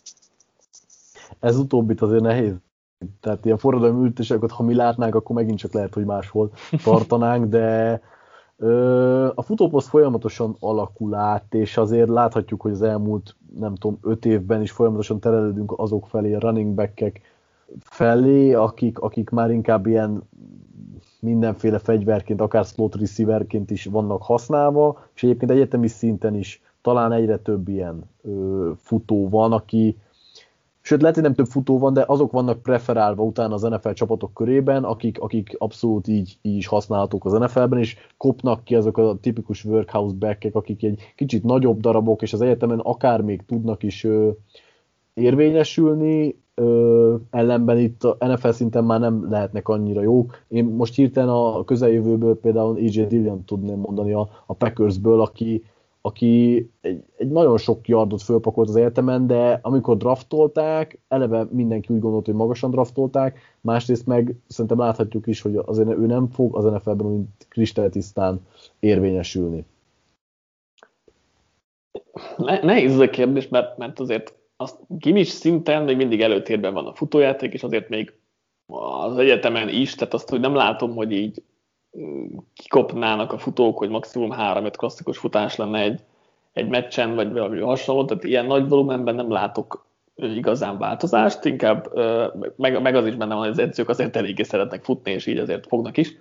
S2: Ez utóbbit azért nehéz. Tehát ilyen forradalmi újításeket, ha mi látnánk, akkor megint csak lehet, hogy máshol tartanánk, de a futóposzt folyamatosan alakul át, és azért láthatjuk, hogy az elmúlt, nem tudom, 5 évben is folyamatosan terelődünk azok felé, a running back-ek felé, akik már inkább ilyen mindenféle fegyverként, akár slot receiverként is vannak használva, és egyébként egyetemi szinten is talán egyre több ilyen futó van, sőt, lehet, hogy nem több futó van, de azok vannak preferálva utána az NFL csapatok körében, akik abszolút így is használhatók az NFL-ben, és kopnak ki azok a tipikus workhouse back-ek, akik egy kicsit nagyobb darabok, és az egyetemen akár még tudnak is érvényesülni, ellenben itt a NFL szinten már nem lehetnek annyira jók. Én most hirtelen a közeljövőből például AJ Dillon tudném mondani a Packersből, aki egy nagyon sok yardot fölpakolt az egyetemen, de amikor draftolták, eleve mindenki úgy gondolt, hogy magasan draftolták, másrészt meg szerintem láthatjuk is, hogy azért ő nem fog az NFL-ben úgy kristálytisztán érvényesülni.
S1: Nehéz ez a kérdés, mert azért az gimis szinten még mindig előtérben van a futójáték, és azért még az egyetemen is, tehát azt úgy nem látom, hogy így kikopnának a futók, hogy maximum 3-5 klasszikus futás lenne egy meccsen, vagy valami hasonló, tehát ilyen nagy volumenben nem látok igazán változást, inkább meg az is benne van, hogy az edzők azért eléggé szeretnek futni, és így azért fognak is.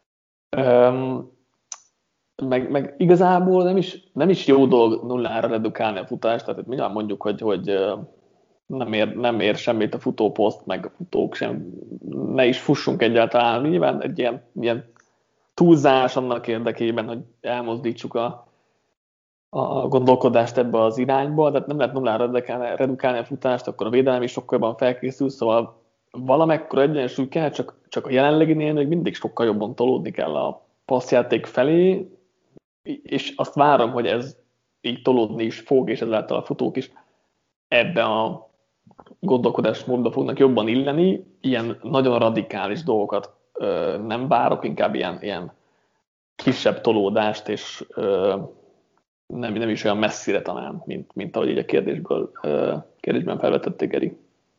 S1: Meg igazából nem is jó dolog nullára redukálni a futást, tehát mindjárt mondjuk, hogy nem ér semmit a futóposzt, meg a futók sem, ne is fussunk egyáltalán. Nyilván egy ilyen túlzás annak érdekében, hogy elmozdítsuk a gondolkodást ebbe az irányba, tehát nem lehet nullára redukálni a futást, akkor a védelem is sokkal jobban felkészül, szóval valamekkora egyensúly kell, csak a jelenleginél még mindig sokkal jobban tolódni kell a passzjáték felé, és azt várom, hogy ez így tolódni is fog, és ezáltal a futók is ebbe a gondolkodásmódba fognak jobban illeni. Ilyen nagyon radikális dolgokat nem várok, inkább ilyen kisebb tolódást, és nem is olyan messzire talán, mint ahogy így a kérdésben felvetették Geri.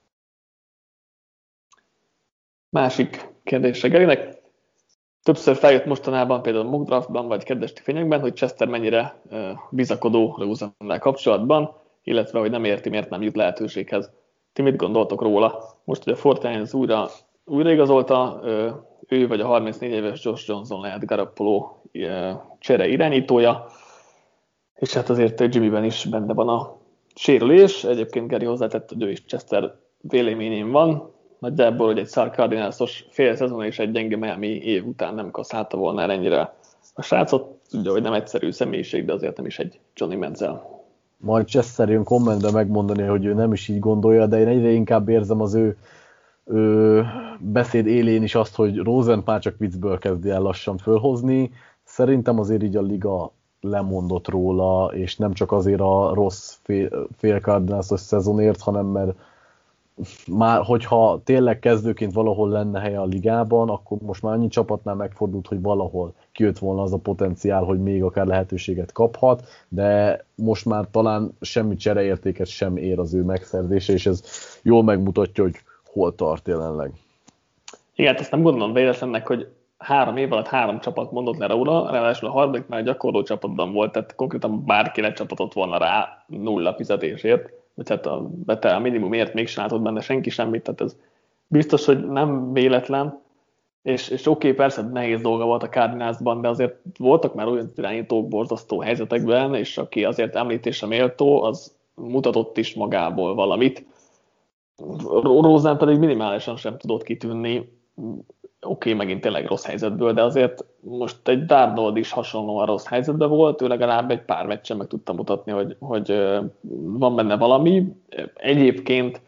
S1: Másik kérdésre Gerinek. Többször feljött mostanában, például a mock draftban, vagy kedvesti fényekben, hogy Chester mennyire bizakodó Rosennel kapcsolatban, illetve hogy nem érti, miért nem jut lehetőséghez. Ti mit gondoltok róla? Most, hogy a Fortnite újra igazolta, ő vagy a 34 éves Josh Johnson lehet Garoppolo csere irányítója, és hát azért Jimmyben is benne van a sérülés. Egyébként Geri hozzátett, hogy ő is Chester véleményén van, nagyjából, hogy egy szar Cardinals-os fél szezon és egy gyenge Miami év után nem kasszálta volna el ennyire a srácot. Tudja, hogy nem egyszerű személyiség, de azért nem is egy Johnny Manziel.
S2: Majd Chester jön kommentben megmondani, hogy ő nem is így gondolja, de én egyre inkább érzem az ő beszéd élén is azt, hogy Rosen már csak viccből kezdi el lassan fölhozni. Szerintem azért így a liga lemondott róla, és nem csak azért a rossz fél Cardinals-os szezonért, hanem mert már, hogyha tényleg kezdőként valahol lenne helye a ligában, akkor most már annyi csapatnál megfordult, hogy valahol kijött volna az a potenciál, hogy még akár lehetőséget kaphat, de most már talán semmi csereértéket sem ér az ő megszerzése, és ez jól megmutatja, hogy hol tart jelenleg.
S1: Igen, ezt nem gondolom véletlennek, hogy 3 év alatt 3 csapat mondott le róla, ráadásul a harmadik már gyakorló csapatban volt, tehát konkrétan bárki lecsapatott volna rá 0 fizetésért, vagy hát a minimumért mégsem látott benne senki semmit, tehát ez biztos, hogy nem véletlen, és oké, persze nehéz dolga volt a Cardinalsban, de azért voltak már olyan irányítók borzasztó helyzetekben, és aki azért említésre méltó, az mutatott is magából valamit. Rosen pedig minimálisan sem tudott kitűnni, oké, megint tényleg rossz helyzetből, de azért most egy Darnold is hasonlóan rossz helyzetben volt, ő legalább egy pár meccsen meg tudta mutatni, hogy van benne valami. Egyébként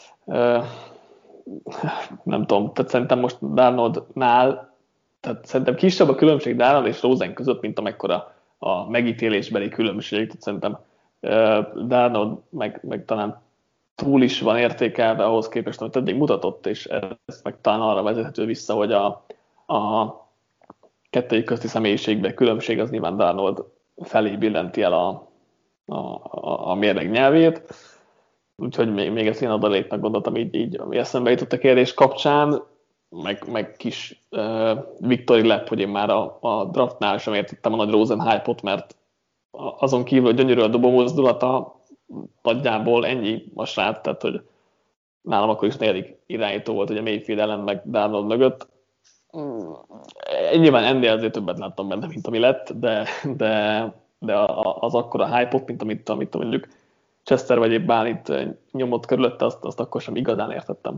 S1: nem tudom, tehát szerintem most Darnoldnál, tehát szerintem kisebb a különbség Darnold és Rosen között, mint amekkora a megítélésbeli különbség, tehát szerintem Darnold meg talán túl is van értékelve ahhoz képest, amit eddig mutatott, és ez meg talán arra vezethető vissza, hogy a kettőjük közti személyiségben különbség az nyilván Darnold felé billenti el a mérleg nyelvét. Úgyhogy még ezt én adaléknak gondoltam, így ami eszembe jutott a kérdés kapcsán, meg kis Victory Lap, hogy én már a draftnál sem értettem a nagy Rosen hype-ot, mert azon kívül, hogy gyönyörű a dobomozdulata, nagyjából ennyi a srác, tehát hogy nálam akkor is 4. irányító volt, ugye Mayfield ellen meg Darnold mögött. Nyilván ennél azért többet láttam benne, mint ami lett, de az akkora hype-ot, mint amit mondjuk Chester vagy épp Bálint nyomott körülötte, azt akkor sem igazán értettem.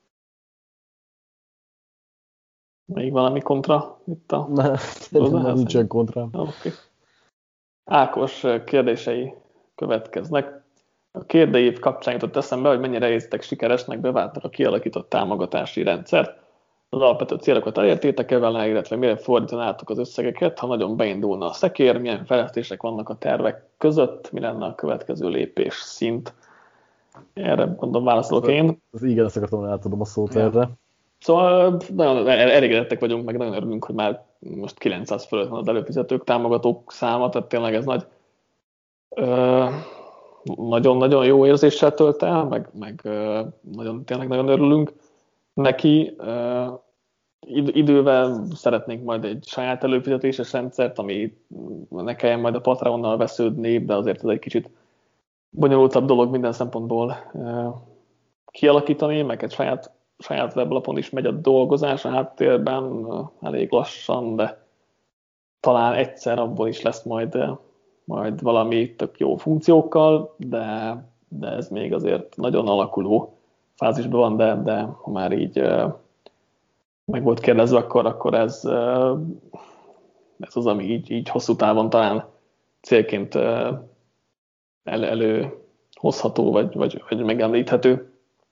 S1: Még valami kontra itt a...
S2: Nem, nincsen kontra.
S1: Okay. Ákos kérdései következnek. A kérdőív kapcsán jutott eszembe, hogy mennyire érzitek sikeresnek beváltnak a kialakított támogatási rendszert. az alapvető célokat elértétek-e vele, illetve mire fordítanátok az összegeket, ha nagyon beindulna a szekér, milyen fejlesztések vannak a tervek között, mi lenne a következő lépés szint. Erre gondolom válaszolok én.
S2: Az igen, ezt akartam, átadom a szót
S1: Ja.
S2: erre.
S1: Szóval nagyon elégedettek vagyunk, meg nagyon örülünk, hogy már most 900 fölött van az előfizetők, támogatók száma, tehát tényleg ez nagyon-nagyon jó érzéssel tölt el, meg tényleg nagyon örülünk neki. Idővel szeretnénk majd egy saját előfizetéses rendszert, ami ne kelljen majd a Patreonnal vesződni, de azért ez egy kicsit bonyolultabb dolog minden szempontból kialakítani, meg egy saját weblapon is megy a dolgozás a háttérben, elég lassan, de talán egyszer abból is lesz majd valami tök jó funkciókkal, de ez még azért nagyon alakuló fázisban van, de ha már így meg volt kérdezve, akkor ez az, ami így hosszú távon talán célként előhozható, vagy megemlíthető.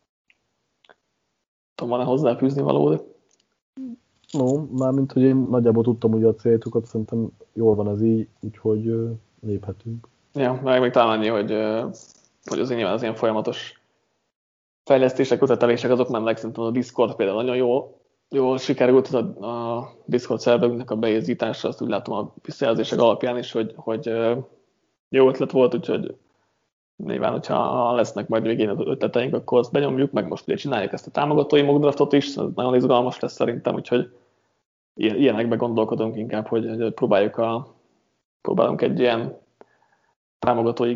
S1: Van-e hozzáfűzni való?
S2: No, mármint, hogy én nagyjából tudtam ugye a céljukat, szerintem jól van ez így, úgyhogy léphetünk.
S1: Ja, meg még talán annyi, hogy azért nyilván az ilyen folyamatos fejlesztések, ötletelések azok mennek, szerintem a Discord például nagyon jól sikerült a Discord szerverünknek a beézítása, azt úgy látom a visszajelzések alapján is, hogy jó ötlet volt, úgyhogy nyilván, hogyha lesznek majd végén az ötleteink, akkor azt benyomjuk, meg most ugye csináljuk ezt a támogatói mock draftot is, ez nagyon izgalmas lesz szerintem, úgyhogy ilyenekbe gondolkodunk inkább, hogy próbálunk egy ilyen támogatói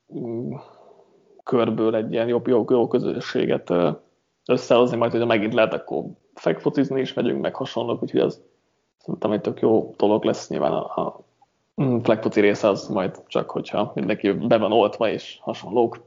S1: körből egy ilyen jó közösséget összehozni, majd hogyha megint lehet, akkor fekfocizni is megyünk, meg hasonlók, úgyhogy az szerintem egy tök jó dolog lesz. Nyilván a flagfoci része az majd csak, hogyha mindenki be van oltva és hasonlók.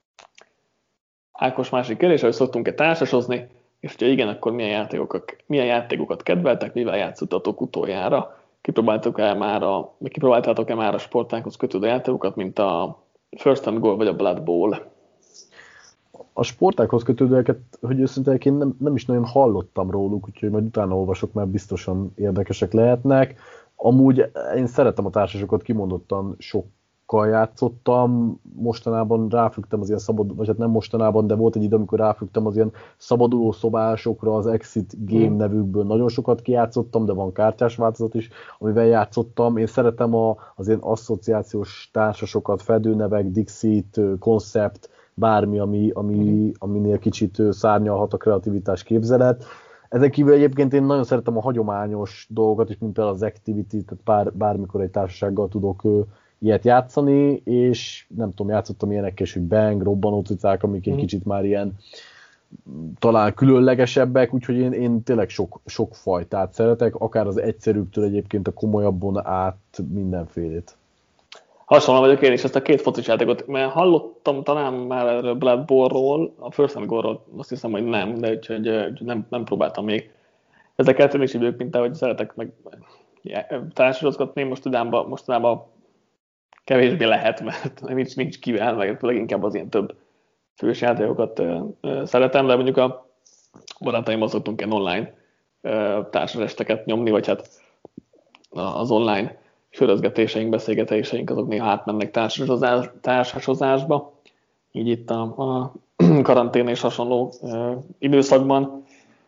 S1: Ákos másik kérdés, hogy szoktunk-e társasozni, és hogyha igen, akkor milyen játékokat kedveltek, mivel játszottatok utoljára? Kipróbáltátok-e már a sportákhoz kötődő játékokat, mint a First and Goal vagy a Blood Bowl?
S2: A sportákhoz kötődőeket, hogy őszintén én nem is nagyon hallottam róluk, úgyhogy majd utána olvasok, mert biztosan érdekesek lehetnek. Amúgy én szeretem a társasokat, kimondottan sokkal játszottam, mostanában ráfügtem az ilyen vagy hát nem mostanában, de volt egy idő, amikor ráfügtem az ilyen szabaduló szobásokra, az Exit Game nevükből nagyon sokat kijátszottam, de van kártyás változat is, amivel játszottam. Én szeretem az ilyen asszociációs társasokat, fedőnevek, Dixit, Concept, bármi, aminél kicsit szárnyalhat a kreativitás, képzelet. Ezen kívül egyébként én nagyon szeretem a hagyományos dolgokat is, mint például az Activity, tehát bármikor egy társasággal tudok ilyet játszani, és nem tudom, játszottam ilyenekkel is, hogy Bang, robbanócicák, amik egy kicsit már ilyen talán különlegesebbek, úgyhogy én tényleg sok fajtát szeretek, akár az egyszerűbbtől egyébként a komolyabbon át mindenfélét.
S1: Hasonlóan vagyok én is ezt a két focis játékot, mert hallottam talán már erről Blood Bowl-ról, a First and Goal-ról azt hiszem, hogy nem, de úgyhogy nem próbáltam még. Ezeket én is idők, mint ahogy szeretek meg társasozgatni, mostanában kevésbé lehet, mert nincs kivel, meg leginkább az ilyen több fős játékokat szeretem, de mondjuk a barátaimmal szoktunk ilyen online társasesteket nyomni, vagy hát az online sörözgetéseink, beszélgetéseink azok néha átmennek társasozásba, így itt a karantén és hasonló időszakban.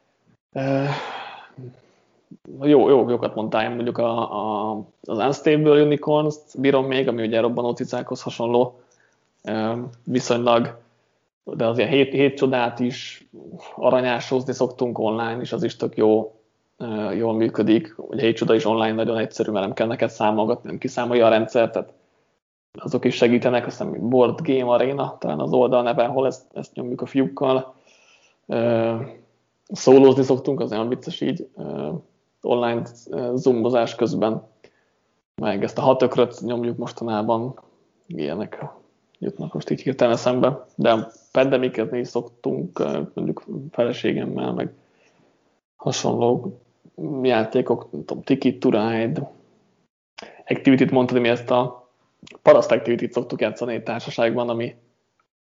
S1: Jókat mondtál, mondjuk az Unstable Unicorns-t bírom még, ami ugye robbanó cicákhoz hasonló viszonylag, de az ilyen hét csodát is aranyásozni szoktunk online, és az is tök jól működik. Ugye 7 csoda is online nagyon egyszerű, mert nem kell neked számolgatni, nem kiszámolja a rendszer, tehát azok is segítenek, azt hiszem, Board Game Arena, talán az oldal neve, ahol ezt nyomjuk a fiúkkal. Szólózni szoktunk, az olyan vicces így online zoomozás közben, meg ezt a 6 ökröt nyomjuk mostanában, ilyenek jutnak most így hirtelen eszembe, de pandemikezni is szoktunk, mondjuk feleségemmel, meg hasonló játékok, nem tudom, Ticket to Ride, Activity-t mondtad, mi ezt a Paraszt Activity-t szoktuk játszani egy társaságban,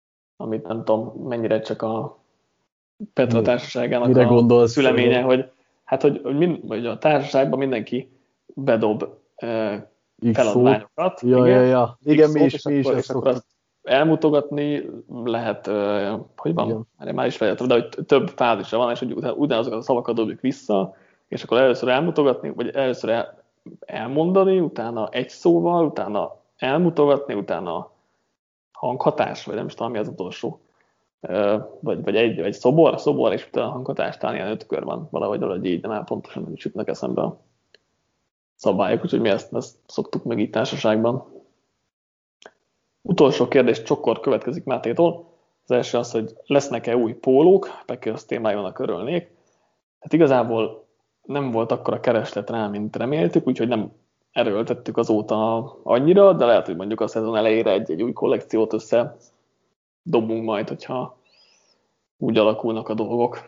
S1: amit nem tudom, mennyire csak a Petra társaságának a szüleménye, hogy Hát, hogy a társaságban mindenki bedob feladványokat.
S2: Igen, mi is
S1: és
S2: ezt
S1: akkor azt elmutogatni lehet, hogy van,
S2: Igen.
S1: már is felejtettem, de hogy több fázisa van, és hogy ugyanazokat a szavakat dobjuk vissza, és akkor először elmutogatni, vagy először elmondani, utána egy szóval, utána elmutogatni, utána hanghatás, vagy nem is tudom, mi az utolsó. Vagy egy szobor, és utána hanghatás, talán ilyen 5 kör van, valahogy így, de már pontosan nem is jutnak eszembe a szabályok, úgyhogy mi ezt szoktuk meg így társaságban. Utolsó kérdés csokor következik Mátétól. Az első az, hogy lesznek-e új pólók, Packers témájának örülnék. Hát igazából nem volt akkora kereslet rá, mint reméltük, úgyhogy nem erőltettük azóta annyira, de lehet, hogy mondjuk a szezon elejére egy új kollekciót össze dobunk majd, hogyha úgy alakulnak a dolgok.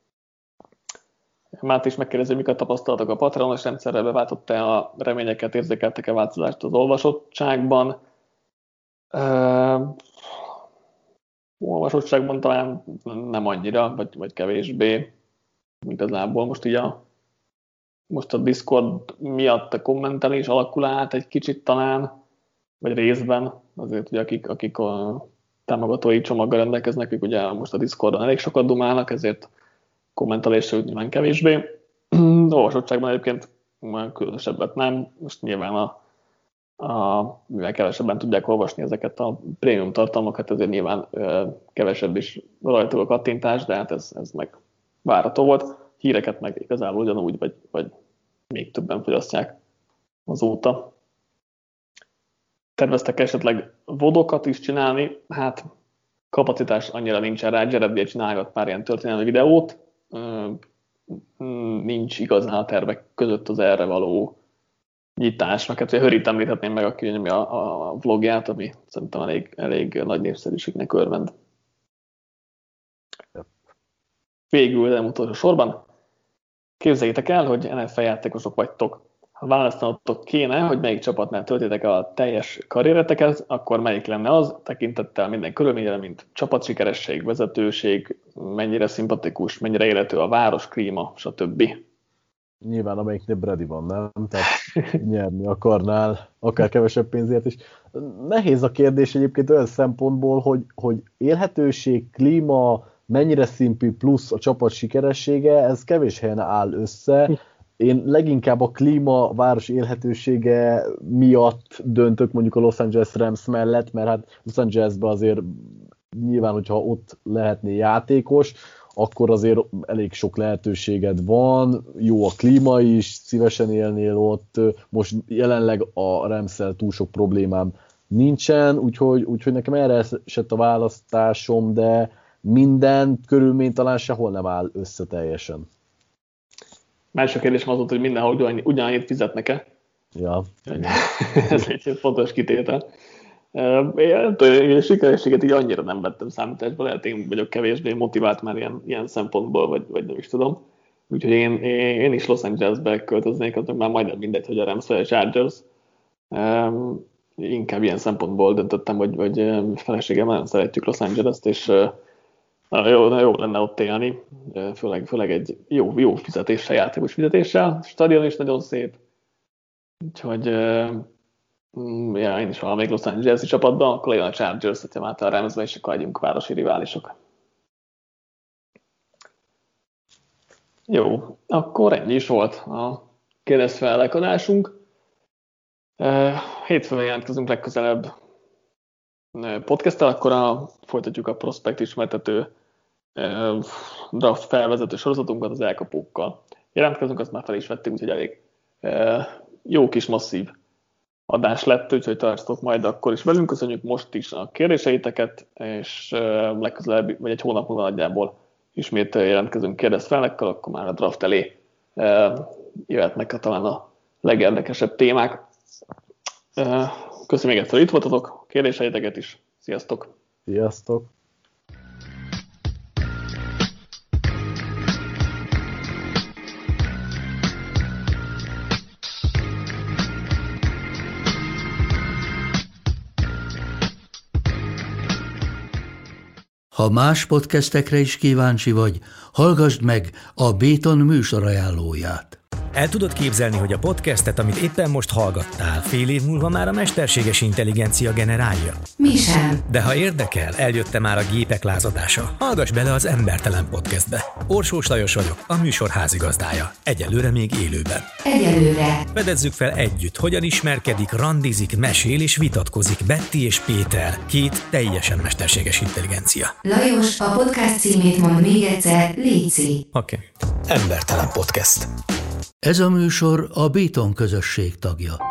S1: Máté is megkérdezi, mik a tapasztalatok a Patreonos rendszerrel, beváltott-e a reményeket, érzékeltek-e változást az olvasottságban? Olvasottságban talán nem annyira, vagy kevésbé. Igazából most a Discord miatt a kommentelés alakul át egy kicsit talán, vagy részben, azért ugye akik a támogatói csomaggal rendelkeznek, ők ugye most a Discordon elég sokat dumálnak, ezért kommentelésről nyilván kevésbé. Olvasottságban egyébként már különösebbet nem, most nyilván mivel kevesebben tudják olvasni ezeket a prémium tartalmakat, ezért nyilván kevesebb is rajtuk a kattintás, de hát ez meg várható volt. Híreket meg igazából ugyanúgy, vagy még többen fogyasztják azóta. Terveztek esetleg vodokat is csinálni? Hát kapacitás annyira nincsen rá, Jared csinálgat pár ilyen történelmi videót, nincs igazán a tervek között az erre való nyitás, meg hát Hörit említhetném meg, aki nyomja a vlogját, ami szerintem elég nagy népszerűségnek örvend. Végül, de utolsó sorban, képzeljétek el, hogy NFL játékosok vagytok. Ha választanatok kéne, hogy melyik csapatnál töltitek a teljes karriereteket, akkor melyik lenne az, tekintettel minden körülményre, mint csapatsikeresség, vezetőség, mennyire szimpatikus, mennyire élető a város, klíma, stb.
S2: Nyilván amelyiknél Brady van, nem? Tehát nyerni akarnál, akár kevesebb pénzért is. Nehéz a kérdés egyébként olyan szempontból, hogy élhetőség, klíma, mennyire szimpi plusz a csapat sikeressége, ez kevés helyen áll össze. Én leginkább a klíma, város élhetősége miatt döntök mondjuk a Los Angeles Rams mellett, mert hát Los Angelesben azért nyilván, hogyha ott lehetné játékos, akkor azért elég sok lehetőséged van, jó a klíma is, szívesen élnél ott, most jelenleg a Ramsszel túl sok problémám nincsen, úgyhogy nekem erre esett a választásom, de minden körülmény talán sehol nem áll össze teljesen.
S1: Másik kérdésem az volt, hogy mindenhol ugyanannyit fizetnek-e?
S2: Ja.
S1: Ez egy fontos kitétel. Én a sikerességet így annyira nem vettem számításba, lehet én vagyok kevésbé motivált már ilyen szempontból, vagy nem is tudom. Úgyhogy én is Los Angelesbe költöznék, az már majdnem mindegy, hogy a Rams vagy a Chargers. Inkább ilyen szempontból döntöttem, hogy feleségemmel nem szeretjük Los Angeles-t, és jó lenne ott élni, főleg egy jó fizetéssel, játékos fizetéssel. A stadion is nagyon szép, úgyhogy én is valamelyik Los Angeles-i csapatban, akkor legyen a Chargers, hogyha már a Ramsbe, és akkor legyünk városi riválisok. Jó, akkor ennyi is volt a kérdezfelelekadásunk. Hétfőn jelentkezünk legközelebb podcasttel, akkor folytatjuk a prospekt ismertető draft felvezető sorozatunkat az elkapókkal. Jelentkezünk, azt már fel is vettünk, úgyhogy elég jó kis masszív adás lett, úgyhogy tartsatok majd akkor is velünk. Köszönjük most is a kérdéseiteket, és legközelebb, vagy egy hónap múlva nagyjából ismét jelentkezünk kérdezfelekkel, akkor már a draft elé jöhetnek talán a legérdekesebb témák. Köszönöm még egyszer, hogy itt voltatok, kérdéseiteket is. Sziasztok!
S2: Sziasztok!
S3: Ha más podcastekre is kíváncsi vagy, hallgassd meg a Béton műsor ajánlóját.
S4: El tudod képzelni, hogy a podcastet, amit éppen most hallgattál, fél év múlva már a mesterséges intelligencia generálja?
S5: Mi sem.
S4: De ha érdekel, eljött már a gépek lázadása. Hallgass bele az Embertelen Podcastbe. Orsós Lajos vagyok, a műsor házigazdája. Egyelőre még élőben.
S5: Egyelőre.
S4: Fedezzük fel együtt, hogyan ismerkedik, randizik, mesél és vitatkozik Betty és Péter, két teljesen mesterséges intelligencia.
S5: Lajos, a podcast címét mondd még egyszer, léci.
S4: Oké. Embertelen Podcast.
S3: Ez a műsor a Béton közösség tagja.